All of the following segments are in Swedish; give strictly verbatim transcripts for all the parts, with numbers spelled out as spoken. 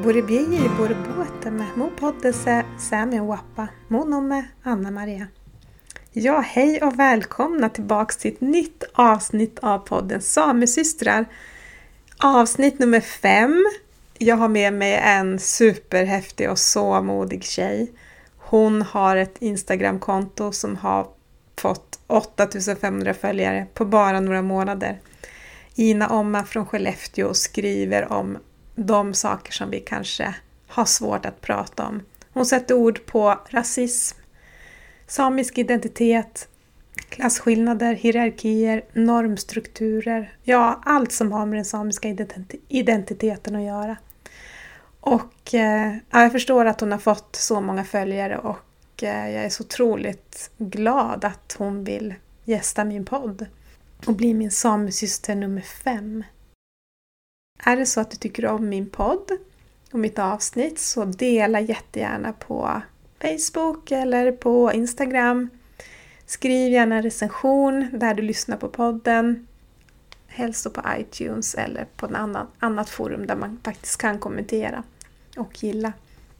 Burebiei burebuotemme mu poddese Sämien Wappa mu nomme Anna-Maria. Ja, hej och välkomna tillbaks till ett nytt avsnitt av podden Samesystrar. Avsnitt nummer fem. Jag har med mig en superhäftig och så modig tjej. Hon har ett Instagramkonto som har fått åtta tusen femhundra följare på bara några månader. Ina Omma från Skellefteå skriver om de saker som vi kanske har svårt att prata om. Hon sätter ord på rasism, samisk identitet, klasskillnader, hierarkier, normstrukturer. Ja, allt som har med den samiska identiteten att göra. Och eh, jag förstår att hon har fått så många följare och eh, jag är så otroligt glad att hon vill gästa min podd och bli min samesyster nummer fem. Är det så att du tycker om min podd och mitt avsnitt så dela jättegärna på Facebook eller på Instagram. Skriv gärna en recension där du lyssnar på podden. Helst då på iTunes eller på ett annat, annat forum där man faktiskt kan kommentera och gilla.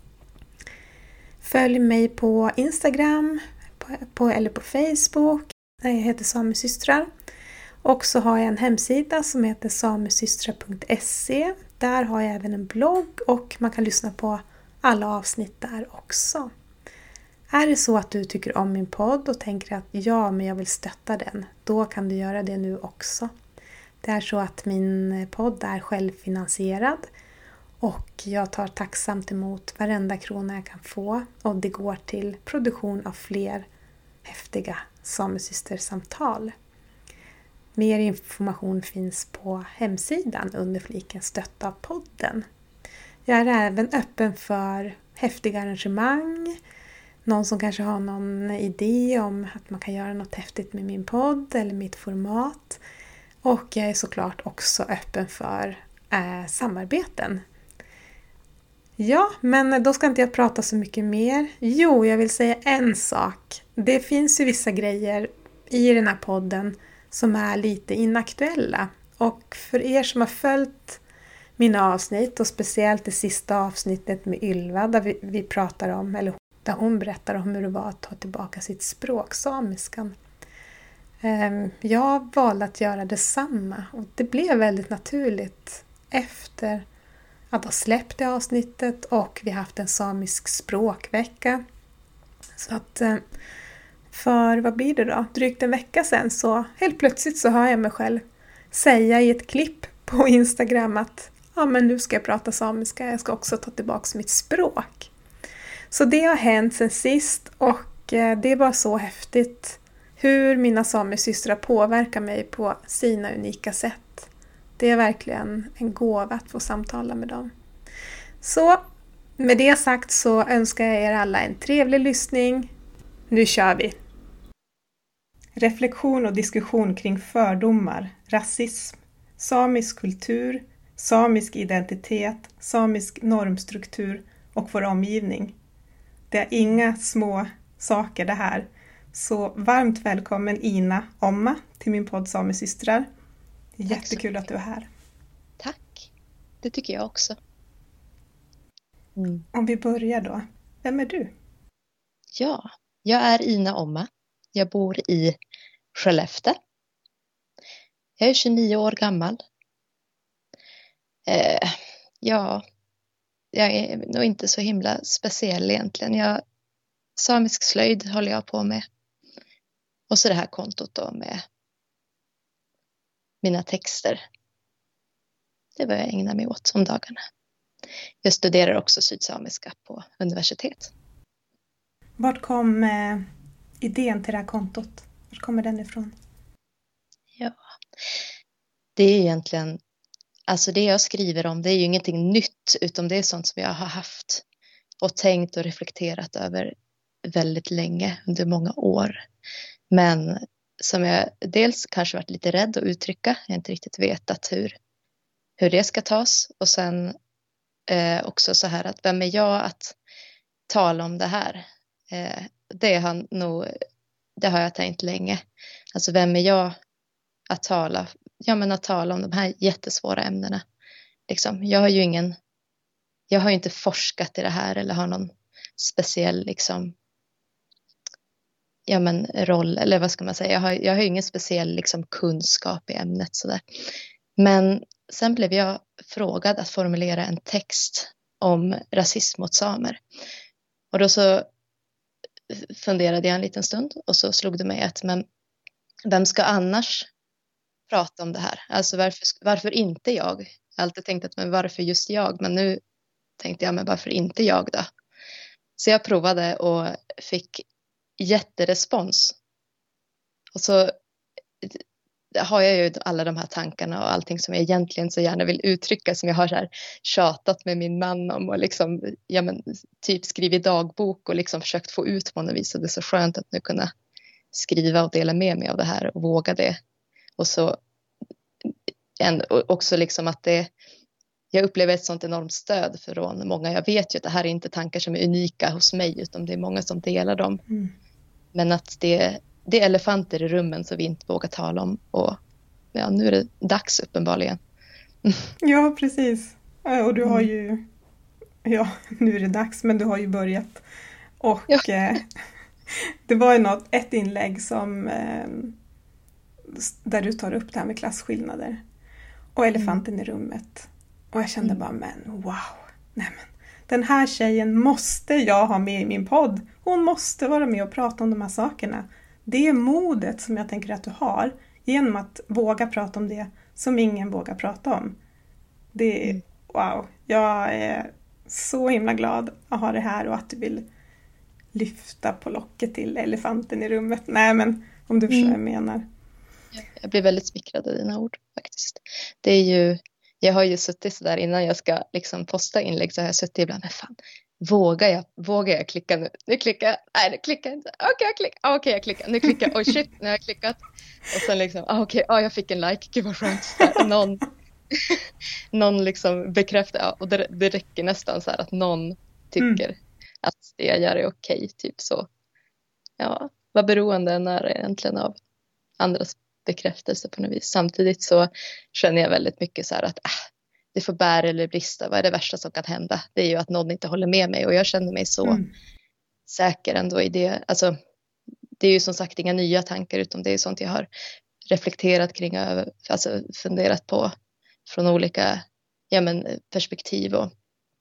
Följ mig på Instagram på, på, eller på Facebook. Jag heter Samesystrar. Och så har jag en hemsida som heter samesystrar punkt se. Där har jag även en blogg och man kan lyssna på alla avsnitt där också. Är det så att du tycker om min podd och tänker att ja, men jag vill stötta den, då kan du göra det nu också. Det är så att min podd är självfinansierad och jag tar tacksamt emot varenda krona jag kan få och det går till produktion av fler häftiga samesystersamtal. Mer information finns på hemsidan under fliken Stötta podden. Jag är även öppen för häftiga arrangemang. Någon som kanske har någon idé om att man kan göra något häftigt med min podd eller mitt format. Och jag är såklart också öppen för eh, samarbeten. Ja, men då ska inte jag prata så mycket mer. Jo, jag vill säga en sak. Det finns ju vissa grejer i den här podden som är lite inaktuella. Och för er som har följt mina avsnitt och speciellt det sista avsnittet med Ylva där vi, vi pratar om, eller där hon berättar om hur det var att ta tillbaka sitt språk, samiskan. Jag valde att göra detsamma och det blev väldigt naturligt efter att ha släppt det avsnittet och vi haft en samisk språkvecka. Så att för vad blir det då? Drygt en vecka sedan så helt plötsligt så hör jag mig själv säga i ett klipp på Instagram att ja, men nu ska jag prata samiska, jag ska också ta tillbaka mitt språk. Så det har hänt sen sist och det var så häftigt hur mina samesystrar påverkar mig på sina unika sätt. Det är verkligen en gåva att få samtala med dem. Så med det sagt så önskar jag er alla en trevlig lyssning. Nu kör vi! Reflektion och diskussion kring fördomar, rasism, samisk kultur, samisk identitet, samisk normstruktur och vår omgivning. Det är inga små saker det här. Så varmt välkommen Ina Omma till min podd Samesystrar. Det är Tack jättekul att du är här. Tack, det tycker jag också. Mm. Om vi börjar då, vem är du? Ja, jag är Ina Omma. Jag bor i Skellefteå. Jag är tjugonio år gammal. Eh, ja, jag är nog inte så himla speciell egentligen. Jag, samisk slöjd håller jag på med. Och så det här kontot då med mina texter. Det är vad jag ägnar mig åt om dagarna. Jag studerar också sydsamiska på universitet. Vart kom eh, idén till det här kontot? Var kommer den ifrån? Ja, det är egentligen, alltså det jag skriver om det är ju ingenting nytt utan det är sånt som jag har haft och tänkt och reflekterat över väldigt länge under många år. Men som jag dels kanske varit lite rädd att uttrycka, jag har inte riktigt vetat hur, hur det ska tas och sen eh, också så här att vem är jag att tala om det här? Eh, det, har nog, det har jag tänkt länge. Alltså vem är jag att tala, ja, men att tala om de här jättesvåra ämnena. Liksom, jag har ju ingen jag har ju inte forskat i det här eller har någon speciell liksom, ja men roll, eller vad ska man säga, jag har, jag har ju ingen speciell liksom kunskap i ämnet sådär. Men sen blev jag frågad att formulera en text om rasism mot samer. Och då så funderade jag en liten stund och så slog det mig att men vem ska annars prata om det här? Alltså varför, varför inte jag? Jag har alltid tänkt att men varför just jag? Men nu tänkte jag men varför inte jag då? Så jag provade och fick jätterespons. Och så har jag ju alla de här tankarna och allting som jag egentligen så gärna vill uttrycka, som jag har så här tjatat med min man om och liksom, ja men typ skrivit dagbok och liksom försökt få ut på något vis. Och det är så skönt att nu kunna skriva och dela med mig av det här och våga det. Och så en, och också liksom att det, jag upplever ett sånt enormt stöd från många. Jag vet ju att det här är inte tankar som är unika hos mig, utan det är många som delar dem. Mm. Men att det, det är elefanter i rummen som vi inte vågar tala om. Och ja, nu är det dags uppenbarligen. Ja, precis. Och du har ju, ja, nu är det dags, men du har ju börjat. Och ja. eh, det var ju något, ett inlägg som, eh, där du tar upp det här med klasskillnader. Och elefanten mm. i rummet. Och jag kände mm. bara, men wow, nej men, den här tjejen måste jag ha med i min podd. Hon måste vara med och prata om de här sakerna. Det är modet som jag tänker att du har, genom att våga prata om det som ingen vågar prata om. Det är, mm. wow, jag är så himla glad att ha det här och att du vill lyfta på locket till elefanten i rummet. Nej men, om du förstår mm. vad jag menar. Jag blir väldigt smickrad av dina ord faktiskt. Det är ju, jag har ju suttit så där innan jag ska liksom posta inlägg, så har jag suttit ibland, men fan, vågar jag, vågar jag klicka nu? Nu klickar jag, nej det klickar inte, okej okay, jag klickar, okej okay, jag klickar, nu klickar jag, oj shit, nu har jag klickat. Och sen liksom, ah, okej, okay, ah, jag fick en like, gud vad skönt. Någon, någon liksom bekräftar, ja, och det, det räcker nästan så här att någon tycker mm. att det jag gör är okej, okay, typ så. Ja, vad beroende är det egentligen av andras bekräftelse på något vis. Samtidigt så känner jag väldigt mycket så här att äh, det får bära eller brista. Vad är det värsta som kan hända? Det är ju att någon inte håller med mig, och jag känner mig så mm. säker ändå i det. Alltså, det är ju som sagt inga nya tankar, utan det är sånt jag har reflekterat kring, alltså funderat på från olika ja, men, perspektiv och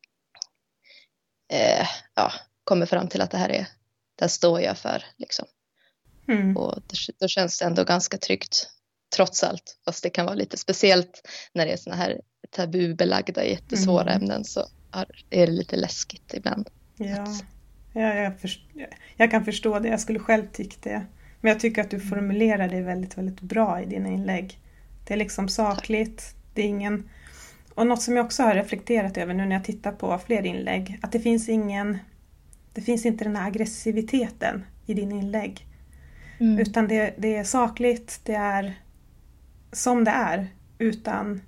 eh, ja, kommer fram till att det här är, där står jag för liksom. Mm. Och då känns det ändå ganska tryggt trots allt, fast det kan vara lite speciellt när det är såna här tabubelagda jättesvåra mm. ämnen, så är det lite läskigt ibland. Ja, ja jag, först- jag kan förstå det, jag skulle själv tycka det, men jag tycker att du formulerar det väldigt, väldigt bra i dina inlägg. Det är liksom sakligt. Tack. Det är ingen, och något som jag också har reflekterat över nu när jag tittar på fler inlägg, att det finns ingen, det finns inte den här aggressiviteten i dina inlägg. Mm. Utan det, det är sakligt, det är som det är, utan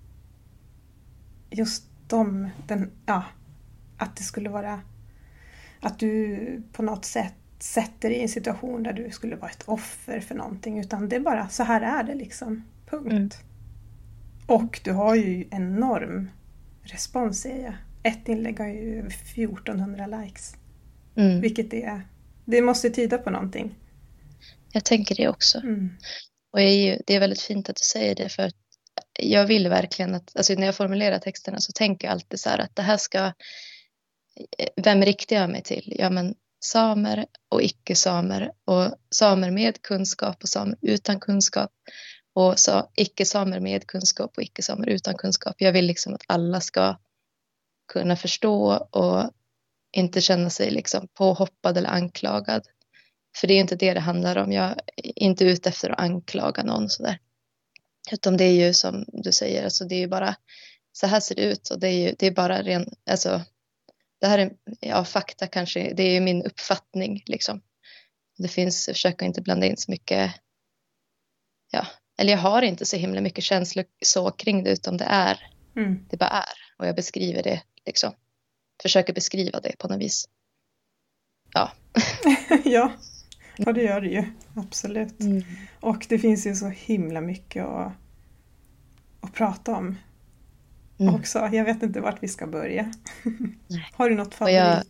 just de, den, ja, att det skulle vara, att du på något sätt sätter dig i en situation där du skulle vara ett offer för någonting, utan det är bara, så här är det liksom, punkt. Mm. Och du har ju enorm respons, säger jag. Ett inlägg har ju över fjortonhundra likes. Mm. Vilket är, det måste tyda på någonting. Jag tänker det också. Mm. Och jag är ju, det är väldigt fint att du säger det, för att jag vill verkligen att, alltså när jag formulerar texterna så tänker jag alltid så här att det här ska, vem riktar jag mig till? Ja men samer och icke-samer, och samer med kunskap och samer utan kunskap, och så icke-samer med kunskap och icke-samer utan kunskap. Jag vill liksom att alla ska kunna förstå och inte känna sig liksom påhoppad eller anklagad. För det är inte det det handlar om. Jag är inte ute efter att anklaga någon sådär. Utan det är ju som du säger, alltså det är ju bara, så här ser det ut. Och det är ju, det är bara ren, alltså det här är, ja fakta kanske, det är ju min uppfattning liksom. Det finns, jag försöker inte blanda in så mycket, ja, eller jag har inte så himla mycket känslor så kring det, utan det är, mm. det bara är. Och jag beskriver det liksom. Försöker beskriva det på något vis. Ja. Ja. Ja, det gör det ju. Absolut. Mm. Och det finns ju så himla mycket att, att prata om. mm. också. Jag vet inte vart vi ska börja. Har du något favoritämne?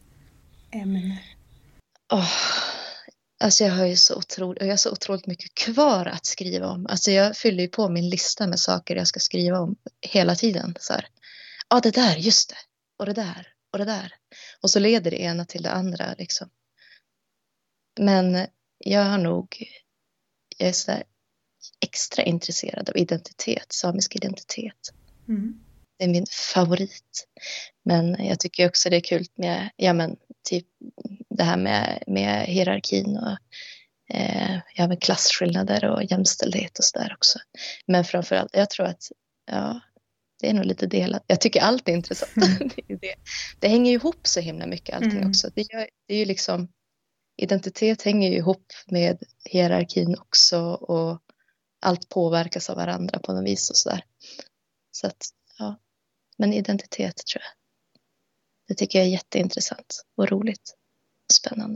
Jag... Oh, alltså jag har ju så otroligt, jag har så otroligt mycket kvar att skriva om. Alltså jag fyller ju på min lista med saker jag ska skriva om hela tiden. Så här, ja, det där, just det. Och det där, och det där. Och så leder det ena till det andra liksom. Men jag har nog, jag är så där extra intresserad av identitet, samisk identitet. Mm. Det är min favorit. Men jag tycker också det är kul med, ja men typ det här med, med hierarkin och eh, ja, med klasskillnader och jämställdhet och sådär också. Men framförallt, jag tror att ja, det är nog lite delat. Jag tycker allt är intressant. Mm. det, är det. det hänger ju ihop så himla mycket allting Mm. också. Det, gör, det är ju liksom, identitet hänger ju ihop med hierarkin också och allt påverkas av varandra på något vis och sådär. Så att, ja. Men identitet tror jag. Det tycker jag är jätteintressant och roligt och spännande.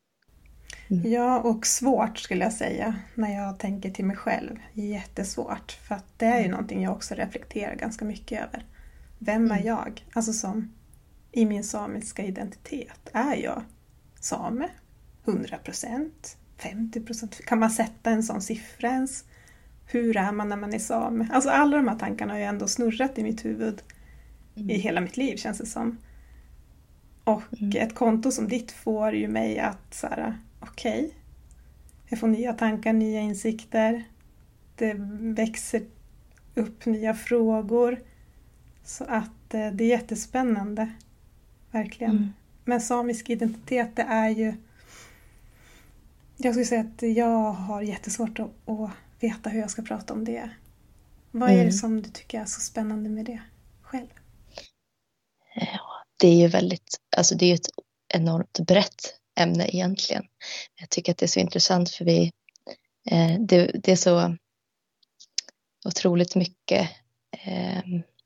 Mm. Ja, och svårt skulle jag säga när jag tänker till mig själv. Jättesvårt, för att det är ju någonting jag också reflekterar ganska mycket över. Vem är Mm. jag? Alltså som i min samiska identitet. Är jag same? hundra procent? femtio procent? Kan man sätta en sån siffra ens? Hur är man när man är same? Alltså alla de här tankarna har ju ändå snurrat i mitt huvud Mm. i hela mitt liv, känns det som. Och Mm. ett konto som ditt får ju mig att så här, okej, okay, jag får nya tankar, nya insikter. Det växer upp nya frågor. Så att eh, det är jättespännande. Verkligen. Mm. Men samisk identitet, det är ju... Jag skulle säga att jag har jättesvårt att, att veta hur jag ska prata om det. Vad är Mm. det som du tycker är så spännande med det själv? Ja, det är ju väldigt, alltså det är ett enormt brett ämne egentligen. Jag tycker att det är så intressant för vi, eh, det, det är så otroligt mycket, eh,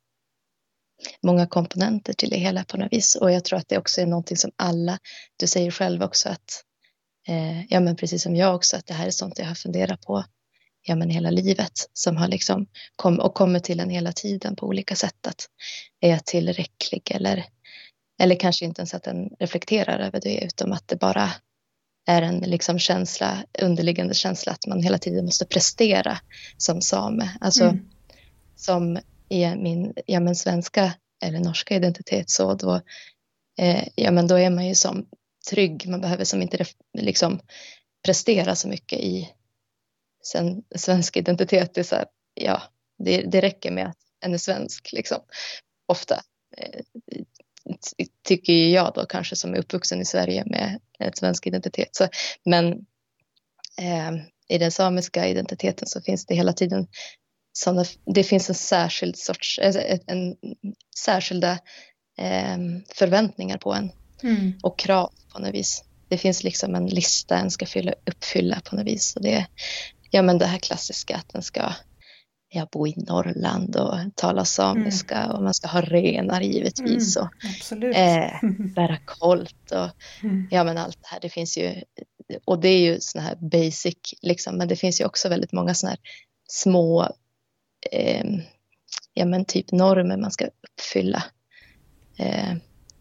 många komponenter till det hela på något vis. Och jag tror att det också är någonting som alla, du säger själv också att, eh, ja men precis som jag också, att det här är sånt jag har funderat på ja men hela livet, som har liksom kom, och kommer till en hela tiden på olika sätt, att är jag tillräcklig eller, eller kanske inte ens att den reflekterar över det, utan att det bara är en liksom känsla, underliggande känsla att man hela tiden måste prestera som same. Alltså Mm. som i min ja men svenska eller norska identitet, så då eh, ja men då är man ju som trygg, man behöver som inte liksom prestera så mycket i sen svensk identitet. Det är så här, ja, det, det räcker med att en är svensk liksom. Ofta eh, tycker jag då, kanske som är uppvuxen i Sverige med ett svensk identitet. Så, men eh, i den samiska identiteten så finns det hela tiden sådana, det finns en särskild sorts, en, en särskilda eh, förväntningar på en Mm. och krav på något vis. Det finns liksom en lista en ska fylla, uppfylla på något vis. Och det är ja, men det här klassiska att den ska ja, bo i Norrland och tala samiska mm. och man ska ha renar givetvis mm. och Absolut. Eh, bära kolt och mm. ja men allt det här, det finns ju, och det är ju såna här basic liksom, men det finns ju också väldigt många såna här små eh, ja men typ normer man ska uppfylla. Eh,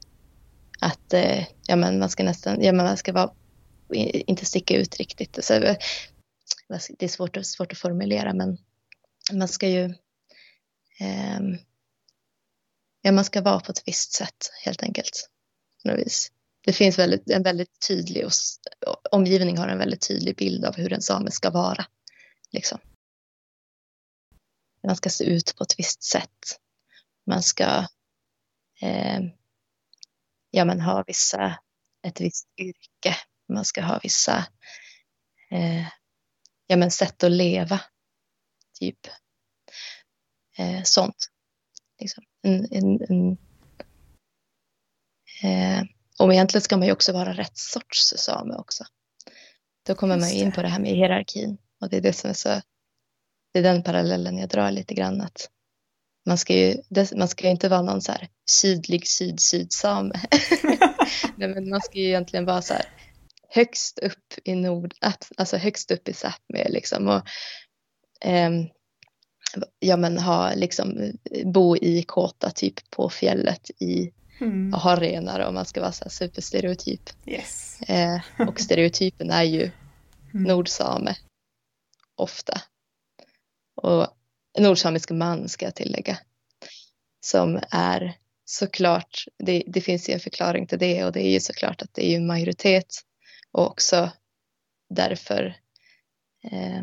att eh, ja men man ska nästan, ja men man ska vara, inte sticka ut riktigt. Så, det är svårt, svårt att formulera, men man ska ju eh, ja man ska vara på ett visst sätt helt enkelt. Det finns väldigt, en väldigt tydlig, och omgivning har en väldigt tydlig bild av hur en same ska vara liksom. Man ska se ut på ett visst sätt. Man ska eh, ja men ha vissa, ett visst yrke. Man ska ha vissa eh, ja men sätt att leva. Typ eh, sånt. Liksom. En, en, en, eh, och egentligen ska man ju också vara rätt sorts same också. Då kommer man ju in på det här med hierarkin. Och det är det som är så, det är den parallellen jag drar lite grann, att man ska ju, man ska ju inte vara någon så här sydlig syd-syd-same. Nej, men man ska ju egentligen vara så här högst upp i nord, alltså högst upp i Sápmi liksom. Och, eh, ja men ha liksom bo i kåta typ på fjället i Mm. och ha renar, om man ska vara så här superstereotyp. Yes. Eh, och stereotypen är ju Mm. nordsame ofta. Och nordsamisk man ska jag tillägga. Som är såklart, det, det finns ju en förklaring till det, och det är ju såklart att det är ju en majoritet, och också därför eh,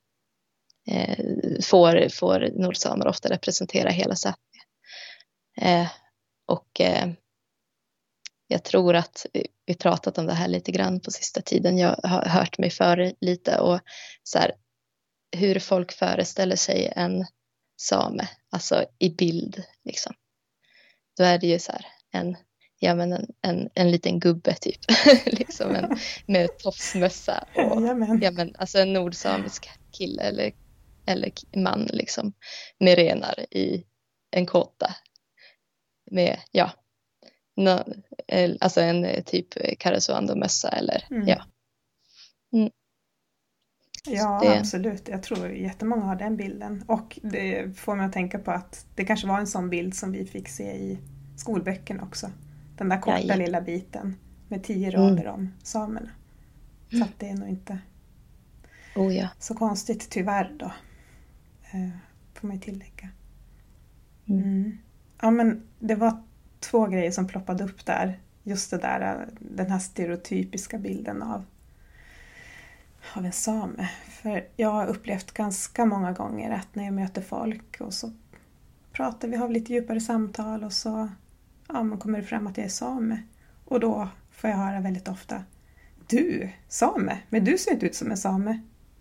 eh, får, får nordsamer ofta representera hela Sápmi. Eh, och eh, jag tror att vi, vi pratat om det här lite grann på sista tiden. Jag har hört mig för lite, och så här, hur folk föreställer sig en same, alltså i bild liksom. Då är det ju så här en, ja men en, en, en liten gubbe typ, liksom en, med tofsmössa och ja men alltså en nordsamisk kille eller, eller man liksom, med renar i en kåta med, ja, no, alltså en typ Karesuando-mössa eller mm. ja. Mm. Ja, det... absolut. Jag tror jättemånga har den bilden. Och det får mig att tänka på att det kanske var en sån bild som vi fick se i skolböckerna också. Den där korta ja, lilla biten med tio rader mm. om samerna. Så att det är nog inte oh, ja. så konstigt tyvärr då. Eh, får man ju tillägga. Mm. Mm. Ja, men det var två grejer som ploppade upp där. Just det där, den här stereotypiska bilden av av en same. För jag har upplevt ganska många gånger att när jag möter folk och så pratar vi, har lite djupare samtal och så ja, man kommer fram att jag är same. Och då får jag höra väldigt ofta, du, same? Men du ser inte ut som en same.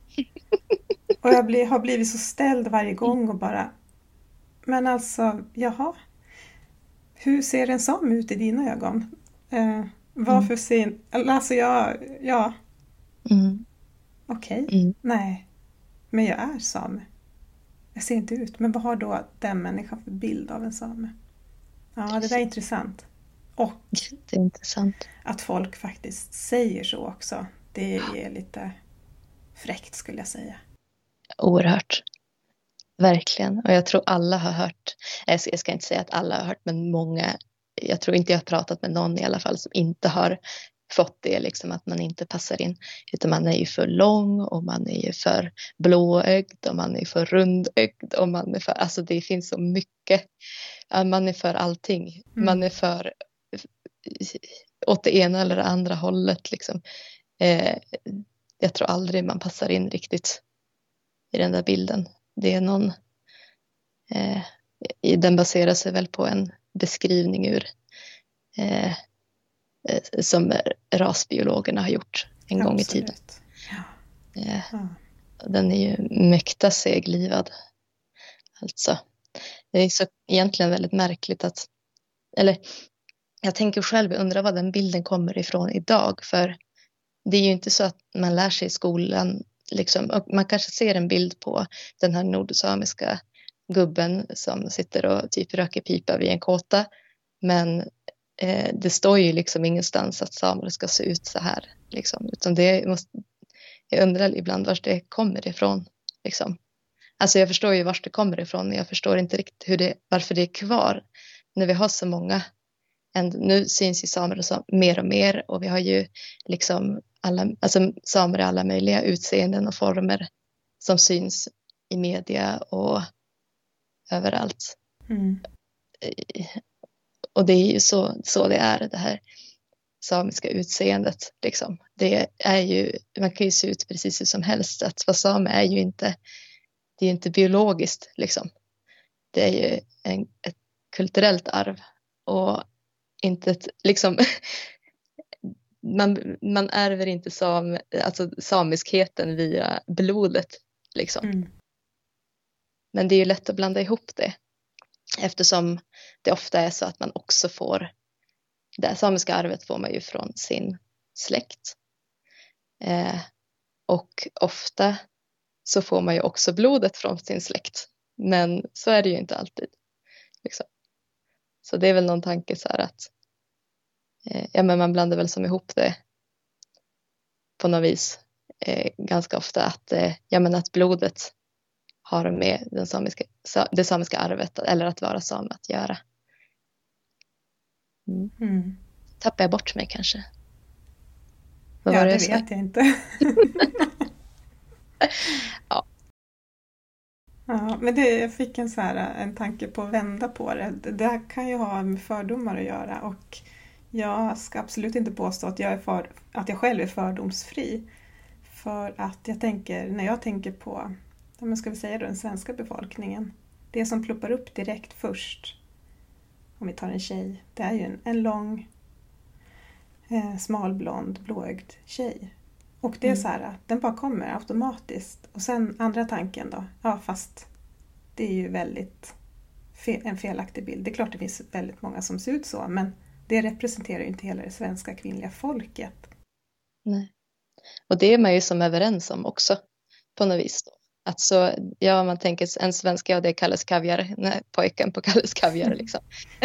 Och jag blir, har blivit så ställd varje gång och bara, men alltså, jaha. Hur ser en same ut i dina ögon? Eh, varför mm. ser, alltså jag, ja. Mm. Okej, okay. mm. nej. Men jag är same. Jag ser inte ut. Men vad har då den människan för bild av en same? Ja, det där är intressant. Och det är intressant. Att folk faktiskt säger så också. Det är lite fräckt skulle jag säga. Oerhört. Verkligen. Och jag tror alla har hört, jag ska, jag ska inte säga att alla har hört, men många, jag tror inte jag har pratat med någon i alla fall som inte har fått det, liksom att man inte passar in, utan man är ju för lång och man är ju för blåögd och man är för rundögd och man är för, alltså det finns så mycket, man är för allting, mm. man är för åt det ena eller det andra hållet liksom. Eh, jag tror aldrig man passar in riktigt i den där bilden. Det är någon eh, den baserar sig väl på en beskrivning ur eh, som rasbiologerna har gjort en Absolut. gång i tiden. Ja. Eh, ja. Den är ju mäkta seglivad. Alltså. Det är så egentligen väldigt märkligt att, eller jag tänker själv, undra vad den bilden kommer ifrån idag, för det är ju inte så att man lär sig i skolan liksom, och man kanske ser en bild på den här nordsamiska gubben som sitter och typ röker pipa vid en kåta, men eh, det står ju liksom ingenstans att samer ska se ut så här liksom, utan det måste, jag undrar ibland var det kommer ifrån liksom. Alltså jag förstår ju var det kommer ifrån, men jag förstår inte riktigt hur det, varför det är kvar när vi har så många. And nu syns ju samer så mer och mer, och vi har ju liksom alla, alltså samer i alla möjliga utseenden och former som syns i media och överallt. Mm. Och det är ju så, så det är, det här samiska utseendet liksom. Det är ju, man kan ju se ut precis hur som helst. Att vara same är ju inte, det är inte biologiskt liksom. Det är ju en, ett kulturellt arv och inte ett, liksom man, man ärver inte sam, alltså samiskheten via blodet liksom. Mm. Men det är ju lätt att blanda ihop det, eftersom det ofta är så att man också får det samiska arvet får man ju från sin släkt, eh, och ofta så får man ju också blodet från sin släkt, men så är det ju inte alltid liksom. Så det är väl någon tanke så här att eh, ja, men man blandar väl som ihop det på något vis eh, ganska ofta, att, eh, ja, men att blodet har med den samiska, det samiska arvet eller att vara same att göra. Mm. Mm. Tappar jag bort mig kanske? Vad Ja, var det, det det jag vet jag inte. Ja. Ja, men det, jag fick en, så här, en tanke på att vända på det. Det där kan ju ha med fördomar att göra, och jag ska absolut inte påstå att jag, är för, att jag själv är fördomsfri. För att jag tänker, när jag tänker på, men ska vi säga då, den svenska befolkningen, det som ploppar upp direkt först, om vi tar en tjej, det är ju en, en lång, eh, smalblond, blåögd tjej. Och det är Mm. så här, den bara kommer automatiskt. Och sen andra tanken då, ja fast det är ju väldigt fe- en felaktig bild. Det är klart det finns väldigt många som ser ut så, men det representerar ju inte hela det svenska kvinnliga folket. Nej. Och det är man ju som överens om också på något vis då. Att så, ja, man tänker en svenska, ja, det är Kalles kaviar, nej, pojken på Kalles kaviar liksom.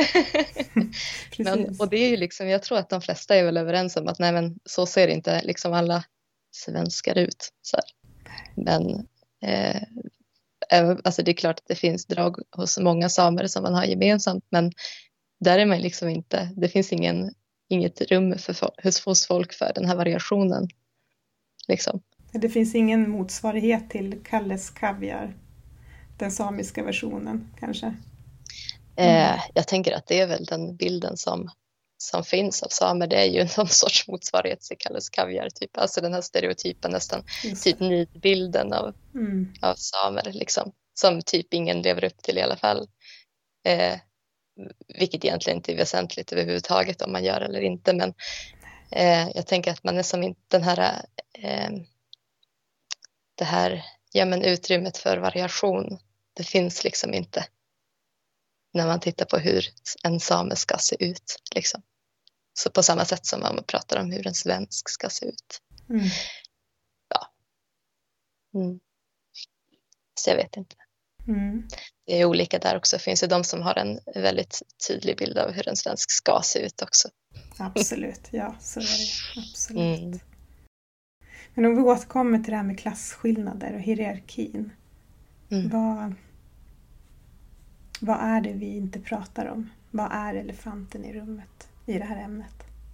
Men, och det är ju liksom, jag tror att de flesta är väl överens om att nej, men så ser inte liksom alla svenskar ut. Så här. Men eh, alltså det är klart att det finns drag hos många samer som man har gemensamt, men där är man liksom inte, det finns ingen, inget rum för, hos folk för den här variationen. Liksom. Det finns ingen motsvarighet till Kalles kaviar, den samiska versionen kanske? Mm. Eh, jag tänker att det är väl den bilden som, som finns av samer. Det är ju någon sorts motsvarighet till Kalles kaviar. Typ. Alltså den här stereotypen, nästan typ nidbilden av, mm. av samer. Liksom, som typ ingen lever upp till i alla fall. Eh, vilket egentligen inte är väsentligt överhuvudtaget om man gör eller inte. Men eh, jag tänker att man är som inte den här... Eh, det här ja, men utrymmet för variation, det finns liksom inte när man tittar på hur en same ska se ut. Liksom. Så på samma sätt som man pratar om hur en svensk ska se ut. Mm. Ja. Mm. Så jag vet inte. Mm. Det är olika där också. Det finns ju de som har en väldigt tydlig bild av hur en svensk ska se ut också. Absolut, ja, så är det. Absolut. Mm. Men om vi återkommer till det här med klasskillnader och hierarkin. Mm. Vad, vad är det vi inte pratar om? Vad är elefanten i rummet i det här ämnet?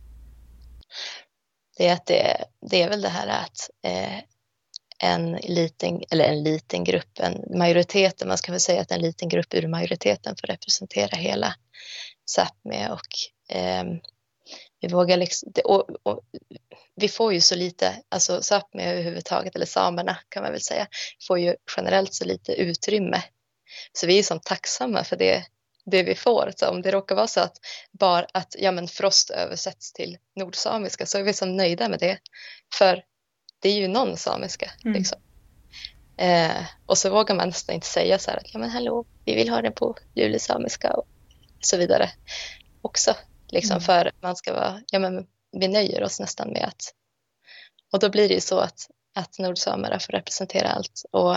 Det är, att det, det är väl det här att eh, en liten, eller en liten grupp, en majoriteten, man ska väl säga att en liten grupp ur majoriteten får representera hela Sápmi och eh, vi vågar liksom, och, och, vi får ju så lite, alltså Sápmi överhuvudtaget, eller samerna kan man väl säga, får ju generellt så lite utrymme. Så vi är som tacksamma för det, det vi får. Så om det råkar vara så att bara att ja, men frost översätts till nordsamiska, så är vi så nöjda med det. För det är ju någon samiska. Mm. Liksom. Eh, och så vågar man nästan inte säga så här att ja men hallå, vi vill ha den på julesamiska och så vidare också. Liksom, mm. För man ska vara, ja men vi nöjer oss nästan med att, och då blir det ju så att, att nordsamerna får representera allt. Och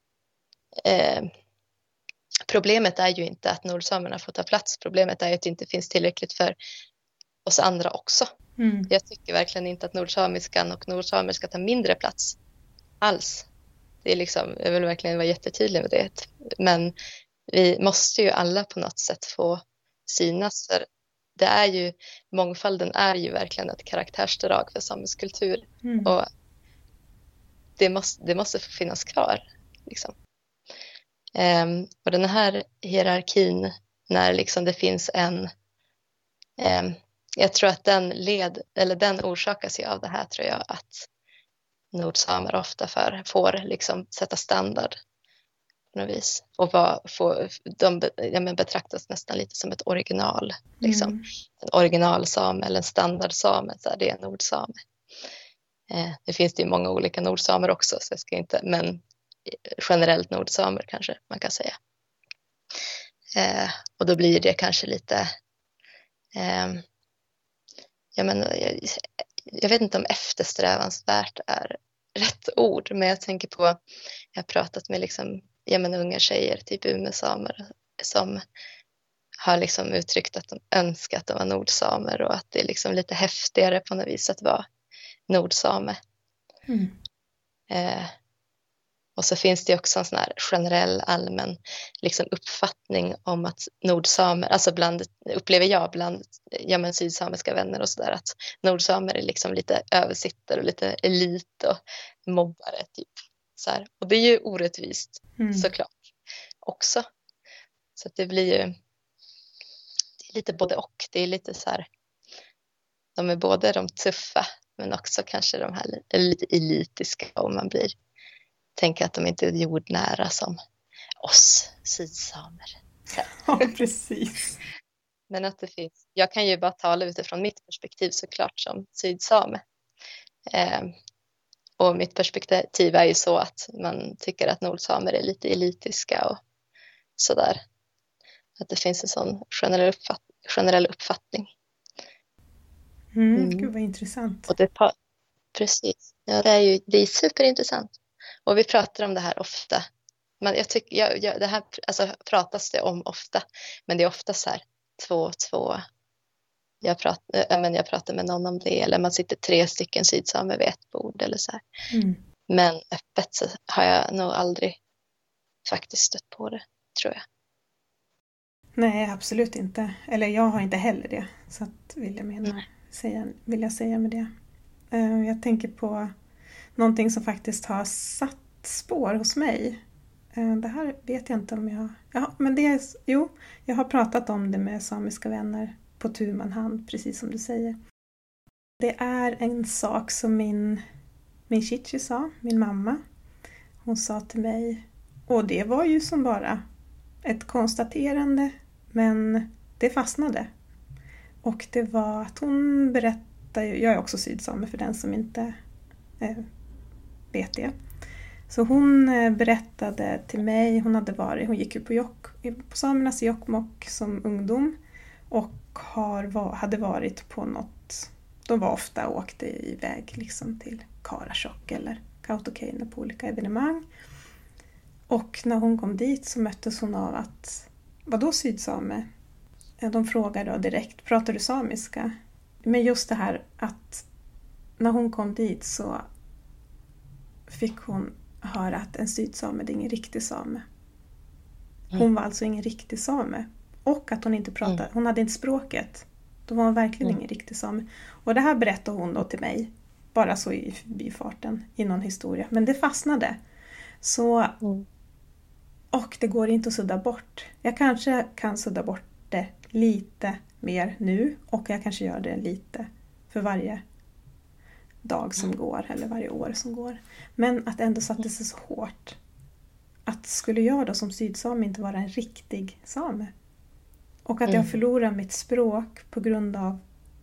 eh, problemet är ju inte att nordsamerna får ta plats, problemet är ju att det inte finns tillräckligt för oss andra också. Mm. Jag tycker verkligen inte att nordsamiskan och nordsamer ska ta mindre plats alls. Det är liksom, jag vill verkligen vara jättetydlig med det. Men vi måste ju alla på något sätt få synas, för det är ju, mångfalden är ju verkligen ett karaktärsdrag för samisk kultur. Mm. Och det måste, det måste få finnas kvar. Liksom. Um, och den här hierarkin, när liksom det finns en, um, jag tror att den led, eller den orsakas ju av det här, tror jag, att nordsamer ofta för, får liksom sätta standard på något vis. Och var, får, de ja, men betraktas nästan lite som ett original. Liksom. Mm. En originalsame eller en standardsame, så här, det är en nordsame. Eh, det finns det ju många olika nordsamer också, så jag ska inte, men generellt nordsamer kanske man kan säga. Eh, och då blir det kanske lite, eh, jag, men, jag, jag vet inte om eftersträvansvärt är rätt ord, men jag tänker på, jag har pratat med liksom, ja, men, unga tjejer, typ umesamer, som har liksom uttryckt att de önskar att de var nordsamer och att det är liksom lite häftigare på något vis att vara nordsame. Mm. Eh, Och så finns det också en sån här generell allmän liksom uppfattning om att nordsamer, alltså bland, upplever jag bland ja, men sydsamiska vänner och sådär, att nordsamer är liksom lite översittare och lite elit och mobbare typ. Så här. Och det är ju orättvist mm. såklart också. Så att det blir ju det är lite både och. Det är lite så här, de är både de tuffa men också kanske de här lite elitiska om man blir tänker att de inte är jordnära som oss sydsamer. Ja, precis. Men att det finns, jag kan ju bara tala utifrån mitt perspektiv såklart som sydsame. Eh, och mitt perspektiv är ju så att man tycker att nordsamer är lite elitiska och sådär. Att det finns en sån generell, uppfatt, generell uppfattning. Mm, mm. Gud vad intressant. Och det, precis, ja, det är ju det är superintressant. Och vi pratar om det här ofta. Men jag tycker, jag, jag, det här alltså, pratas det om ofta. Men det är ofta så här, två och två. Jag pratar, äh, men jag pratar med någon om det. Eller man sitter tre stycken sydsamer vid ett bord eller så här. Mm. Men öppet så har jag nog aldrig faktiskt stött på det, tror jag. Nej, absolut inte. Eller jag har inte heller det. Så att vill jag mena, säga, vill jag säga med det. Uh, jag tänker på någonting som faktiskt har satt spår hos mig. Det här vet jag inte om jag... Ja, men det är... Jo, jag har pratat om det med samiska vänner på tu man hand, precis som du säger. Det är en sak som min, min chichi sa, min mamma. Hon sa till mig, och det var ju som bara ett konstaterande, men det fastnade. Och det var att hon berättade... Jag är också sydsame för den som inte... Eh, vet det. Så hon berättade till mig, hon hade varit, hon gick ju på, Jok, på samernas i Jokkmokk som ungdom och har, hade varit på något, de var ofta åkte iväg liksom till Karasjok eller Kautokeino på olika evenemang. Och när hon kom dit så möttes hon av att, vadå sydsame? De frågade då direkt, pratar du samiska? Men just det här att när hon kom dit så fick hon höra att en sydsame är ingen riktig same. Hon mm. var alltså ingen riktig same. Och att hon inte pratade, mm. hon hade inte språket. Då var hon verkligen mm. ingen riktig same. Och det här berättade hon då till mig. Bara så i förbifarten i någon historia. Men det fastnade. Så, mm. och det går inte att sudda bort. Jag kanske kan sudda bort det lite mer nu. Och jag kanske gör det lite för varje dag som mm. går eller varje år som går. Men att ändå satte sig så hårt. Att skulle jag då som sydsame inte vara en riktig same? Och att mm. jag förlorar mitt språk på grund av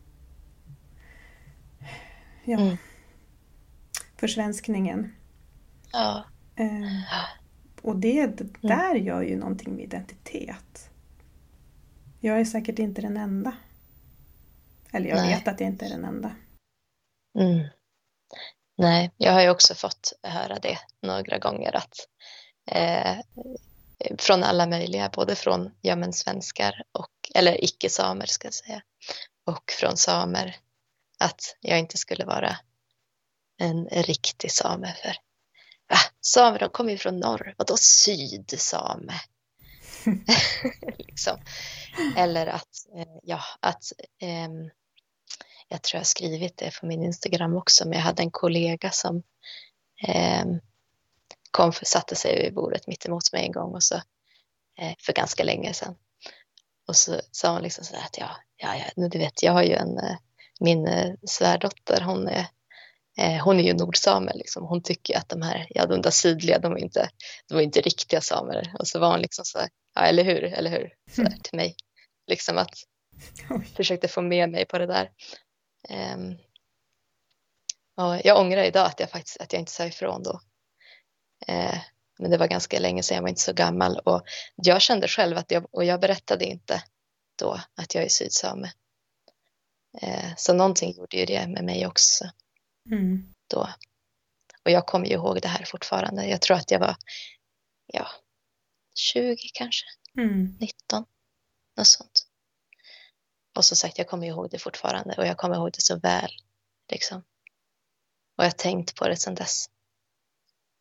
ja, mm. försvenskningen. Ja. Eh, och det där mm. gör ju någonting med identitet. Jag är säkert inte den enda. Eller jag Nej. vet att jag inte är den enda. Mm. Nej, jag har ju också fått höra det några gånger att eh, från alla möjliga, både från ja, men svenskar och, eller icke-samer ska jag säga, och från samer, att jag inte skulle vara en riktig same för ah, samer, de kommer ju från norr, vadå sydsame? liksom. Eller att eh, ja, att eh, jag tror jag har skrivit det på min Instagram också, men jag hade en kollega som eh, kom för, satte sig vid bordet mitt emot mig en gång och så, eh, för ganska länge sedan. Och så sa hon liksom sådär att ja, ja, ja nu du vet, jag har ju en, eh, min eh, svärdotter, hon är, eh, hon är ju nordsame liksom. Hon tycker att de här, ja de där sydliga, de var inte, de var inte riktiga samer. Och så var hon liksom så, ja eller hur, eller hur, sådär mm. till mig. Liksom att, Oj. försökte få med mig på det där. Um, och jag ångrar idag att jag faktiskt att jag inte sa ifrån då. Uh, men det var ganska länge sedan, jag var inte så gammal. Och jag kände själv att jag, och jag berättade inte då att jag är sydsame. Uh, så någonting gjorde ju det med mig också. Mm. Då. Och jag kommer ju ihåg det här fortfarande. Jag tror att jag var ja, tjugo kanske. Mm. nitton. Något sånt. Och så sagt, jag kommer ihåg det fortfarande. Och jag kommer ihåg det så väl. Liksom. Och jag har tänkt på det sedan dess.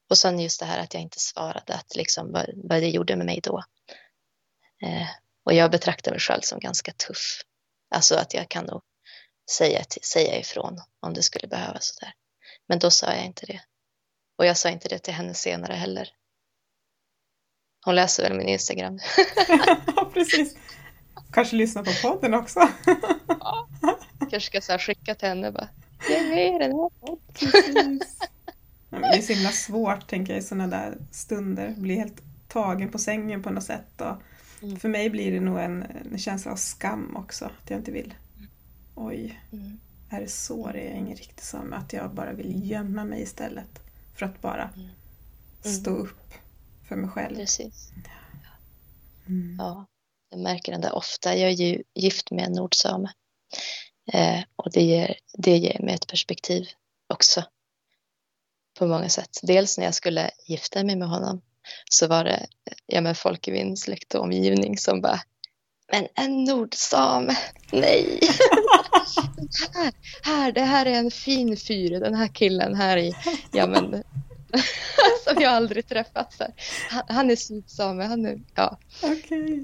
Och sen just det här att jag inte svarade, att liksom vad, vad det gjorde med mig då. Eh, och jag betraktar mig själv som ganska tuff. Alltså att jag kan nog säga, till, säga ifrån om det skulle behövas. Så där. Men då sa jag inte det. Och jag sa inte det till henne senare heller. Hon läser väl min Instagram. Ja, precis. Kanske lyssna på podden också. Ja, kanske ska så här skicka till henne bara. Jag är med i den här podden. Precis. Ja, men det är så himla svårt, tänker jag, i sådana där stunder. Bli helt tagen på sängen på något sätt. Och Mm. för mig blir det nog en, en känsla av skam också. Att jag inte vill. Oj, Mm. är det så det är inget riktigt som att jag bara vill gömma mig istället. För att bara Mm. stå upp för mig själv. Precis. Mm. Ja, jag märker den där ofta. Jag är ju gift med en nordsame. Eh, och det ger, det ger mig ett perspektiv också. På många sätt. Dels när jag skulle gifta mig med honom. Så var det ja, men folk i min släkt och omgivning som bara. Men en nordsame? Nej! här, här, det här är en fin fyr. Den här killen här i. Ja men. Som jag aldrig träffat. Så han, han är sydsame. Han är, ja. Okej.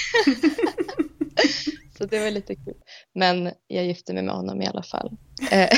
Så det var lite kul. Men jag gifte mig med honom i alla fall. Eh,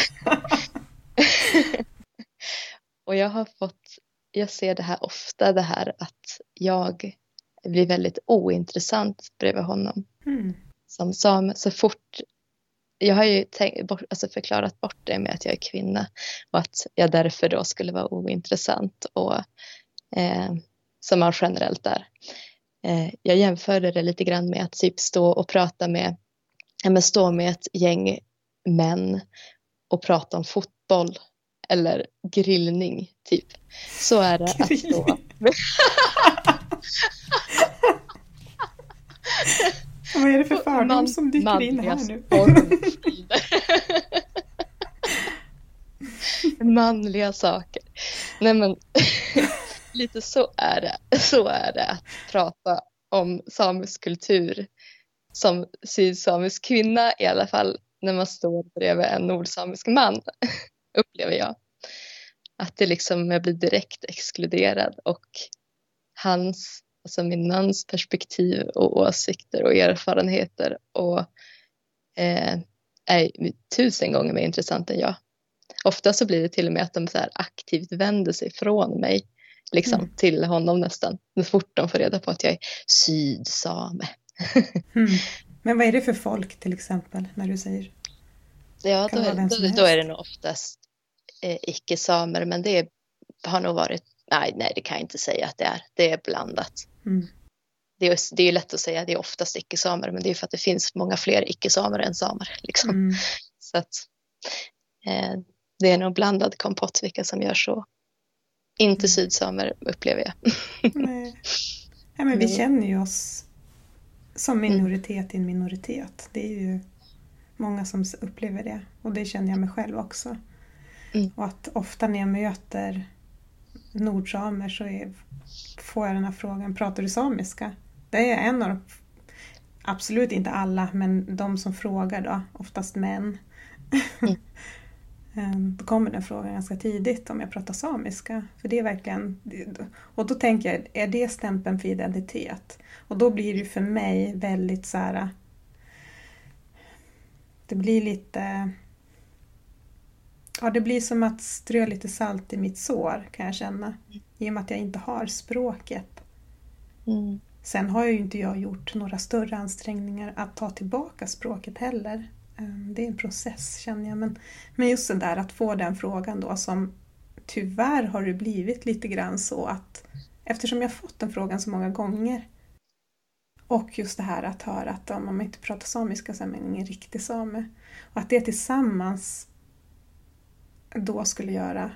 och jag har fått, jag ser det här ofta, det här att jag blir väldigt ointressant bredvid honom. Mm. Som sam, så fort, jag har ju tänkt, bort, alltså förklarat bort det med att jag är kvinna. Och att jag därför då skulle vara ointressant. Och eh, som man generellt är. Eh, jag jämförde det lite grann med att typ stå och prata med, ja, men stå med ett gäng män och prata om fotboll eller grillning typ. Så är det att stå. Vad är det för fördom Man, som dyker in här nu? Manliga saker. Nej men lite så är det. Så är det att prata om samisk kultur som sydsamisk kvinna, i alla fall när man står bredvid en nordsamisk man, upplever jag. Att det liksom, jag blir direkt exkluderad och hans, alltså min mans perspektiv och åsikter och erfarenheter och eh, är tusen gånger mer intressant än jag. Ofta så blir det till och med att de så här aktivt vänder sig från mig liksom mm. till honom nästan. Så fort de får reda på att jag är sydsame. Mm. Men vad är det för folk till exempel när du säger? Ja, då, då, då är det nog oftast eh, icke-samer, men det har nog varit, nej, nej det kan jag inte säga att det är. Det är blandat. Mm. Det är, det är lätt att säga att det är oftast icke-samer, men det är för att det finns många fler icke-samer än samer. Liksom. Mm. Så att eh, det är nog blandad kompott vilka som gör så. Inte mm. sydsamer upplever jag. Nej. Ja, men vi känner ju oss som minoritet i en minoritet. Det är ju många som upplever det. Och det känner jag mig själv också. Mm. Och att ofta när jag möter nordsamer så är, får jag den här frågan, pratar du samiska? Det är en av de, absolut inte alla, men de som frågar då, oftast män. Mm. Då kommer den frågan ganska tidigt om jag pratar samiska. För det är verkligen, och då tänker jag, är det stämpeln för identitet? Och då blir det ju för mig väldigt så här, det blir lite, ja det blir som att strö lite salt i mitt sår kan jag känna. I och med att jag inte har språket. Mm. Sen har ju inte jag gjort några större ansträngningar att ta tillbaka språket heller. Det är en process känner jag. Men, men just det där att få den frågan då som tyvärr har det blivit lite grann så att eftersom jag fått den frågan så många gånger och just det här att höra att om man inte pratar samiska så är man ingen riktig same. Och att det tillsammans då skulle göra,